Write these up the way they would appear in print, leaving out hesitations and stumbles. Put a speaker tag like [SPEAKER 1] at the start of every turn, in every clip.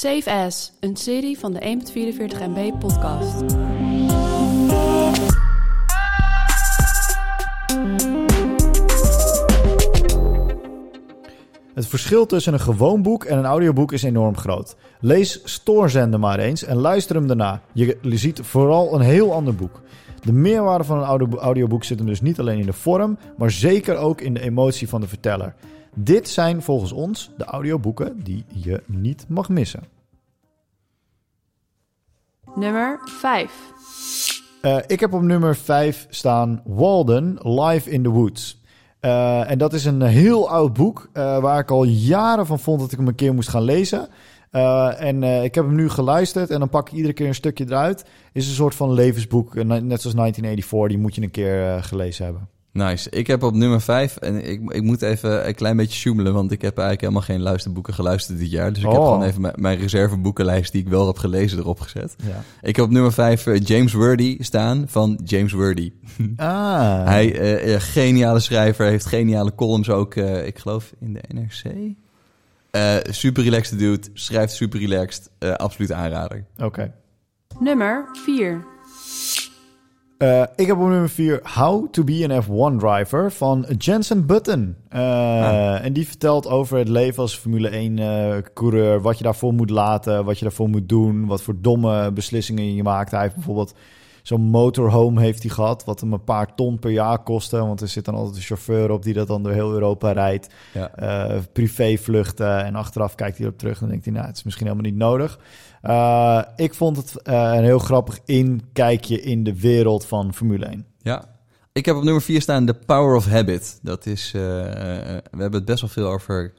[SPEAKER 1] Safe As, een serie van de 1.44 MB podcast.
[SPEAKER 2] Het verschil tussen een gewoon boek en een audioboek is enorm groot. Lees Stoorzender maar eens en luister hem daarna. Je ziet vooral een heel ander boek. De meerwaarde van een audioboek zit hem dus niet alleen in de vorm, maar zeker ook in de emotie van de verteller. Dit zijn volgens ons de audioboeken die je niet mag missen.
[SPEAKER 1] Nummer 5.
[SPEAKER 2] Ik heb op nummer 5 staan Walden, Live in the Woods. En dat is een heel oud boek waar ik al jaren van vond dat ik hem een keer moest gaan lezen. Ik heb hem nu geluisterd en dan pak ik iedere keer een stukje eruit. Is een soort van levensboek, net zoals 1984, die moet je een keer gelezen hebben.
[SPEAKER 3] Nice. Ik heb op nummer 5, en ik moet even een klein beetje sjoemelen, want ik heb eigenlijk helemaal geen luisterboeken geluisterd dit jaar. Dus ik heb gewoon even mijn reserveboekenlijst die ik wel heb gelezen erop gezet. Ja. Ik heb op nummer 5 James Worthy staan van James Worthy. Hij, geniale schrijver, heeft geniale columns ook, ik geloof in de NRC. Super relaxed dude, schrijft super relaxed, absoluut aanrader.
[SPEAKER 2] Oké.
[SPEAKER 1] Nummer 4.
[SPEAKER 2] Ik heb op nummer 4 How to be an F1 driver van Jensen Button. En die vertelt over het leven als Formule 1 coureur. Wat je daarvoor moet laten, wat je daarvoor moet doen. Wat voor domme beslissingen je maakt. Hij heeft bijvoorbeeld zo'n motorhome heeft hij gehad. Wat hem een paar ton per jaar kostte. Want er zit dan altijd een chauffeur op die dat dan door heel Europa rijdt. Ja. Privévluchten. En achteraf kijkt hij erop terug en dan denkt hij, nou, het is misschien helemaal niet nodig. Ik vond het een heel grappig inkijkje in de wereld van Formule 1.
[SPEAKER 3] Ja, ik heb op nummer 4 staan The Power of Habit. Dat is, we hebben het best wel veel over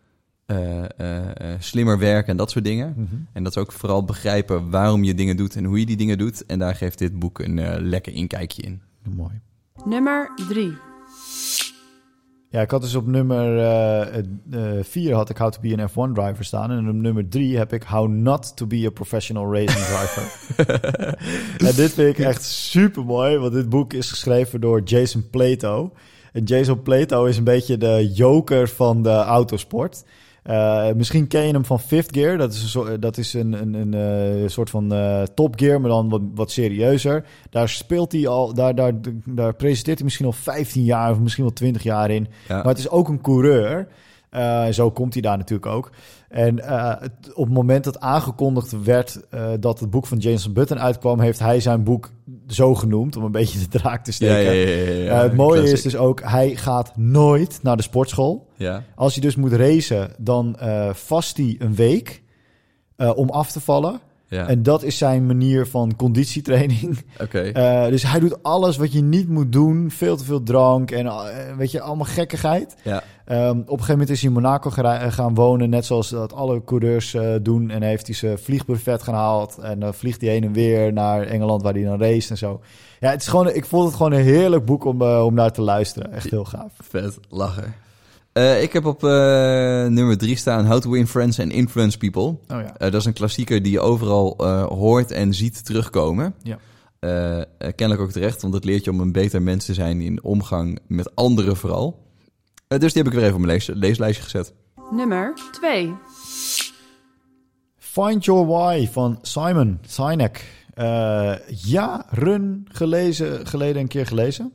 [SPEAKER 3] slimmer werken en dat soort dingen. Mm-hmm. En dat is ook vooral begrijpen waarom je dingen doet en hoe je die dingen doet. En daar geeft dit boek een lekker inkijkje in.
[SPEAKER 2] Mooi.
[SPEAKER 1] Nummer 3.
[SPEAKER 2] Ja, ik had dus op nummer 4 had ik How to be an F1 driver staan. En op nummer 3 heb ik How not to be a professional racing driver. En dit vind ik echt super mooi, want dit boek is geschreven door Jason Plato. En Jason Plato is een beetje de joker van de autosport. Misschien ken je hem van Fifth Gear. Dat is een soort van Top Gear, maar dan wat serieuzer. Daar speelt hij al, daar presenteert hij misschien al 15 jaar of misschien wel 20 jaar in. Ja. Maar het is ook een coureur. Zo komt hij daar natuurlijk ook. En op het moment dat aangekondigd werd dat het boek van Jensen Button uitkwam, heeft hij zijn boek zo genoemd om een beetje de draak te steken. Ja, het mooie is dus ook, hij gaat nooit naar de sportschool. Ja. Als hij dus moet racen, dan vast hij een week om af te vallen. Ja. En dat is zijn manier van conditietraining. Okay. Dus hij doet alles wat je niet moet doen. Veel te veel drank en weet je, allemaal gekkigheid. Ja. Op een gegeven moment is hij in Monaco gaan wonen, net zoals dat alle coureurs doen. En heeft hij zijn vliegbuffet gehaald. En dan vliegt hij heen en weer naar Engeland, waar hij dan race en zo. Ja, het is gewoon, ik vond het gewoon een heerlijk boek om naar te luisteren. Echt heel gaaf.
[SPEAKER 3] Vet, lachen. Ik heb op nummer 3 staan How to Win Friends and Influence People. Oh ja. Dat is een klassieker die je overal hoort en ziet terugkomen. Ja. Kennelijk ook terecht, want het leert je om een beter mens te zijn in omgang met anderen vooral. Dus die heb ik weer even op mijn leeslijstje gezet.
[SPEAKER 1] Nummer 2.
[SPEAKER 2] Find Your Why van Simon Sinek. Jaren geleden een keer gelezen.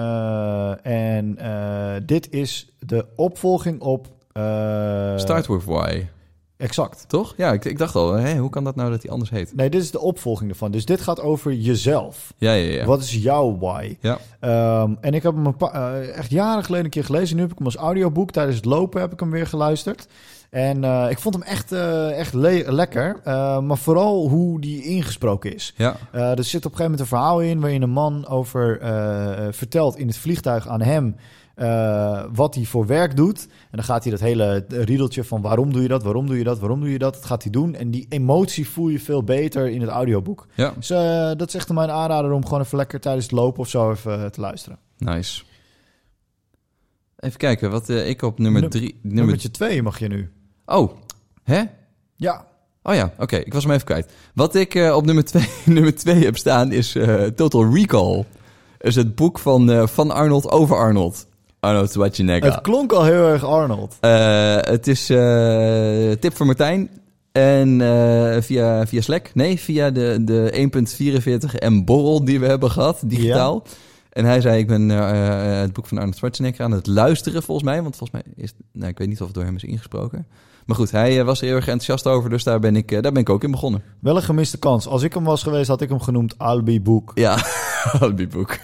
[SPEAKER 2] Dit is de opvolging op...
[SPEAKER 3] Start with Why.
[SPEAKER 2] Exact.
[SPEAKER 3] Toch? Ja, ik dacht al, hoe kan dat nou dat hij anders heet?
[SPEAKER 2] Nee, dit is de opvolging ervan. Dus dit gaat over jezelf.
[SPEAKER 3] Ja.
[SPEAKER 2] Wat is jouw why? Ja. En ik heb hem echt jaren geleden een keer gelezen. Nu heb ik hem als audioboek. Tijdens het lopen heb ik hem weer geluisterd. En ik vond hem echt lekker. Maar vooral hoe die ingesproken is. Ja. Er zit op een gegeven moment een verhaal in waarin een man over vertelt in het vliegtuig aan hem wat hij voor werk doet. En dan gaat hij dat hele riedeltje van waarom doe je dat, dat gaat hij doen. En die emotie voel je veel beter in het audioboek. Ja. Dus dat is echt mijn aanrader om gewoon even lekker tijdens het lopen of zo even te luisteren.
[SPEAKER 3] Nice. Even kijken, wat ik op nummer 3...
[SPEAKER 2] Nummertje 2 mag je nu.
[SPEAKER 3] Oh, hè?
[SPEAKER 2] Ja.
[SPEAKER 3] Oh ja, oké, ik was hem even kwijt. Wat ik op nummer 2 heb staan is Total Recall. Dat is het boek van Arnold over Arnold. Arnold Schwarzenegger.
[SPEAKER 2] Het klonk al heel erg Arnold.
[SPEAKER 3] Het is tip voor Martijn. En via Slack? Nee, via de 1.44 M borrel die we hebben gehad, digitaal. Ja. En hij zei, ik ben het boek van Arnold Schwarzenegger aan het luisteren, volgens mij. Want volgens mij is... Nou, ik weet niet of het door hem is ingesproken. Maar goed, hij was er heel erg enthousiast over, dus daar ben ik ook in begonnen.
[SPEAKER 2] Wel een gemiste kans. Als ik hem was geweest, had ik hem genoemd I'll Book.
[SPEAKER 3] Ja, I'll Book.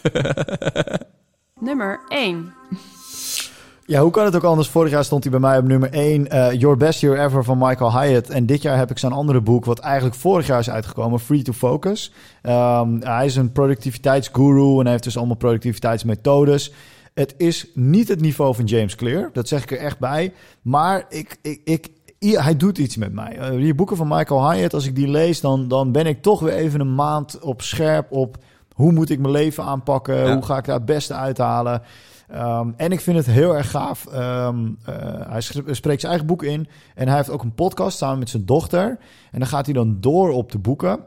[SPEAKER 1] Nummer 1.
[SPEAKER 2] Ja, hoe kan het ook anders? Vorig jaar stond hij bij mij op nummer 1. Your Best Year Ever van Michael Hyatt. En dit jaar heb ik zijn andere boek, wat eigenlijk vorig jaar is uitgekomen, Free to Focus. Hij is een productiviteitsguru en hij heeft dus allemaal productiviteitsmethodes. Het is niet het niveau van James Clear, dat zeg ik er echt bij. Maar hij doet iets met mij. Die boeken van Michael Hyatt, als ik die lees, dan ben ik toch weer even een maand op scherp op hoe moet ik mijn leven aanpakken, hoe ga ik daar het beste uithalen. En ik vind het heel erg gaaf. Hij spreekt zijn eigen boek in. En hij heeft ook een podcast samen met zijn dochter. En dan gaat hij dan door op de boeken.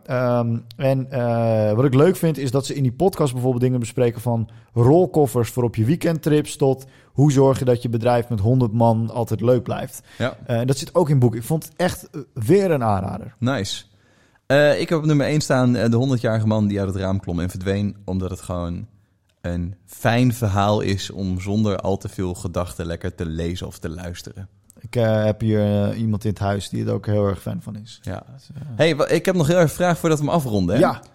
[SPEAKER 2] Wat ik leuk vind is dat ze in die podcast bijvoorbeeld dingen bespreken van rolkoffers voor op je weekendtrips tot hoe zorg je dat je bedrijf met 100 man altijd leuk blijft. Ja. Dat zit ook in het boek. Ik vond het echt weer een aanrader.
[SPEAKER 3] Nice. Ik heb op nummer 1 staan de 100-jarige man die uit het raam klom en verdween. Omdat het gewoon een fijn verhaal is om zonder al te veel gedachten lekker te lezen of te luisteren.
[SPEAKER 2] Ik heb hier iemand in het huis die er ook heel erg fan van is.
[SPEAKER 3] Ja. Hey, ik heb nog heel erg een vraag voordat we hem afronden. Hè?
[SPEAKER 2] Ja.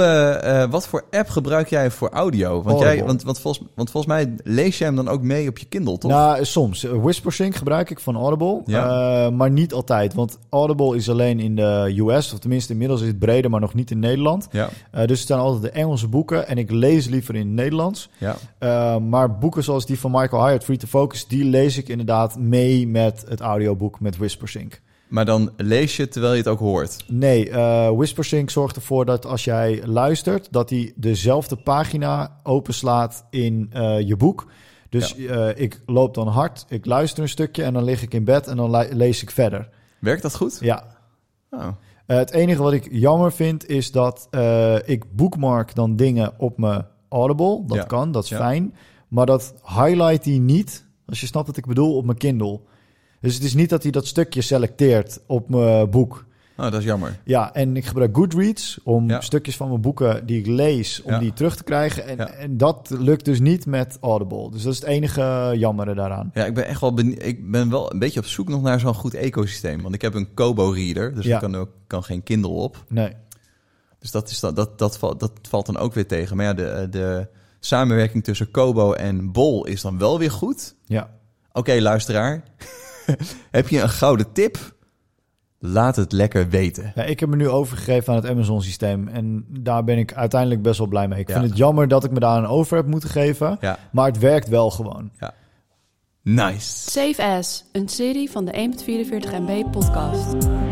[SPEAKER 3] Wat voor app gebruik jij voor audio? Want volgens mij lees jij hem dan ook mee op je Kindle, toch?
[SPEAKER 2] Nou, soms. Whispersync gebruik ik van Audible, maar niet altijd. Want Audible is alleen in de US, of tenminste inmiddels is het breder, maar nog niet in Nederland. Ja. Dus het zijn altijd de Engelse boeken en ik lees liever in het Nederlands. Ja. Maar boeken zoals die van Michael Hyatt, Free to Focus, die lees ik inderdaad mee met het audioboek met Whispersync.
[SPEAKER 3] Maar dan lees je terwijl je het ook hoort?
[SPEAKER 2] Nee, Whispersync zorgt ervoor dat als jij luistert, dat hij dezelfde pagina openslaat in je boek. Dus ik loop dan hard, ik luister een stukje en dan lig ik in bed en dan lees ik verder.
[SPEAKER 3] Werkt dat goed?
[SPEAKER 2] Ja. Oh. Het enige wat ik jammer vind is dat ik bookmark dan dingen op mijn Audible. Dat kan, dat is fijn. Maar dat highlight hij niet, als je snapt wat ik bedoel, op mijn Kindle. Dus het is niet dat hij dat stukje selecteert op mijn boek.
[SPEAKER 3] Oh, dat is jammer.
[SPEAKER 2] Ja, en ik gebruik Goodreads om stukjes van mijn boeken die ik lees, om die terug te krijgen. En dat lukt dus niet met Audible. Dus dat is het enige jammere daaraan.
[SPEAKER 3] Ja, ik ben wel een beetje op zoek nog naar zo'n goed ecosysteem. Want ik heb een Kobo-reader, dus er kan geen Kindle op.
[SPEAKER 2] Nee.
[SPEAKER 3] Dus dat valt dan ook weer tegen. Maar ja, de samenwerking tussen Kobo en Bol is dan wel weer goed.
[SPEAKER 2] Ja.
[SPEAKER 3] Oké, luisteraar. Heb je een gouden tip? Laat het lekker weten.
[SPEAKER 2] Ja, ik heb me nu overgegeven aan het Amazon-systeem. En daar ben ik uiteindelijk best wel blij mee. Ik vind het jammer dat ik me daar een over heb moeten geven. Ja. Maar het werkt wel gewoon.
[SPEAKER 3] Ja. Nice.
[SPEAKER 1] Save As, een serie van de 1.44 MB podcast.